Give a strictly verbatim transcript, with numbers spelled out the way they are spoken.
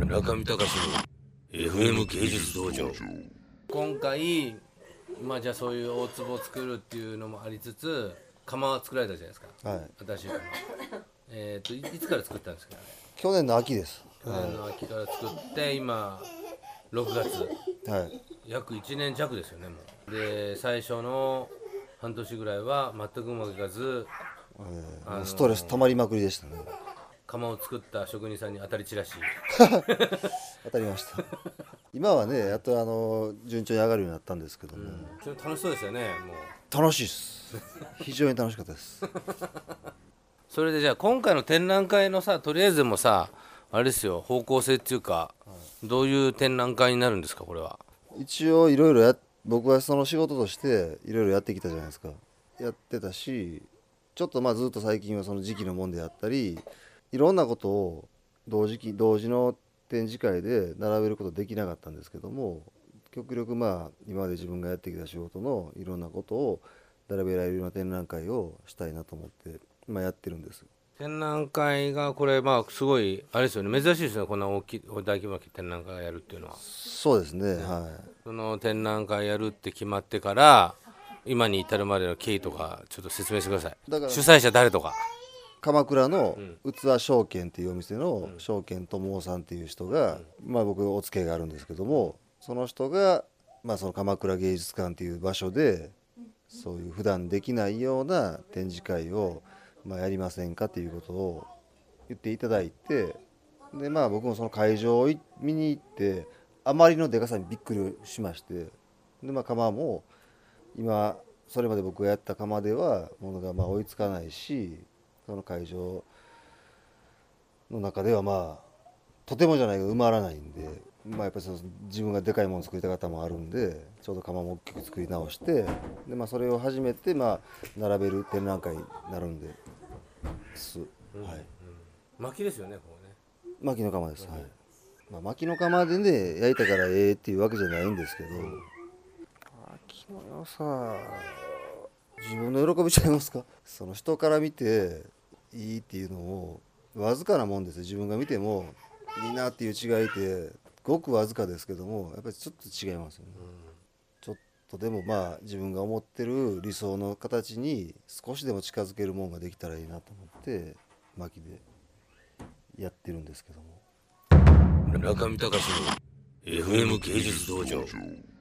中見隆の エフエム 芸術道場。今回まあじゃあそういう大壺を作るっていうのもありつつ、窯は作られたじゃないですか。 はい。 新しい窯。えっ、ー、といつから作ったんですかね。 去年の秋です。 去年の秋から作って、はい、今ろくがつ。 はい。 約いちねん弱ですよねもう。で最初の半年ぐらいは全くうまくいかず、 えーあのー、 ストレス溜まりまくりでしたね。 窯を作った職人さんに当たり散らし当たりました。今はねやっとあの順調に上がるようになったんですけども、うん、 それ楽しそうですよね。もう楽しいです非常に楽しかったですそれでじゃあ今回の展覧会のさ、とりあえずでもさあれですよ、方向性っていうか、はい、どういう展覧会になるんですかこれは。 一応いろいろや僕はその仕事としていろいろやってきたじゃないですか。やってたし、ちょっとまあずっと最近はその時期のもんであったり、いろんなことを同時期同時の展示会で並べることできなかったんですけども、極力まあ今まで自分がやってきた仕事のいろんなことを並べられるような展覧会をしたいなと思って今やってるんです。 展覧会がこれまあすごいあれですよね、珍しいですね、こんな大きい大規模な展覧会やるっていうのは。 そうですね、はい。 その展覧会やるって決まってから今に至るまでの経緯とかちょっと説明してください。だから主催者誰とか。 鎌倉の器証券っていうお店の証券友さんっていう人が、うん、まあ僕お付き合いがあるんですけども、その人が、まあ、その鎌倉芸術館っていう場所でそういう普段できないような展示会を、まあ、やりませんかっていうことを言っていただいて、でまあ僕もその会場を見に行ってあまりのでかさにびっくりしまして、でまあ窯も今それまで僕がやった窯ではものがまあ追いつかないし、その会場の中ではまあとてもじゃないけど埋まらないんで、まあ、やっぱりその自分がでかいものを作りたかったもあるんで、ちょうど窯も大きく作り直して、で、まあ、それを初めてまあ並べる展覧会になるんで、す、うん、はい、 うん、薪ですよねここね。 薪の窯です、はい。まあ、薪の窯でね焼いたからええっていうわけじゃないんですけど、薪の良さ自分の喜びちゃいますか。その人から見ていいっていうのをわずかなもんですよ。自分が見てもいいなっていう違いってごくわずかですけども、やっぱりちょっと違いますよね、うん、ちょっとでもまあ自分が思ってる理想の形に少しでも近づけるもんができたらいいなと思って薪でやってるんですけども。 中見隆の エフエム 芸術道場。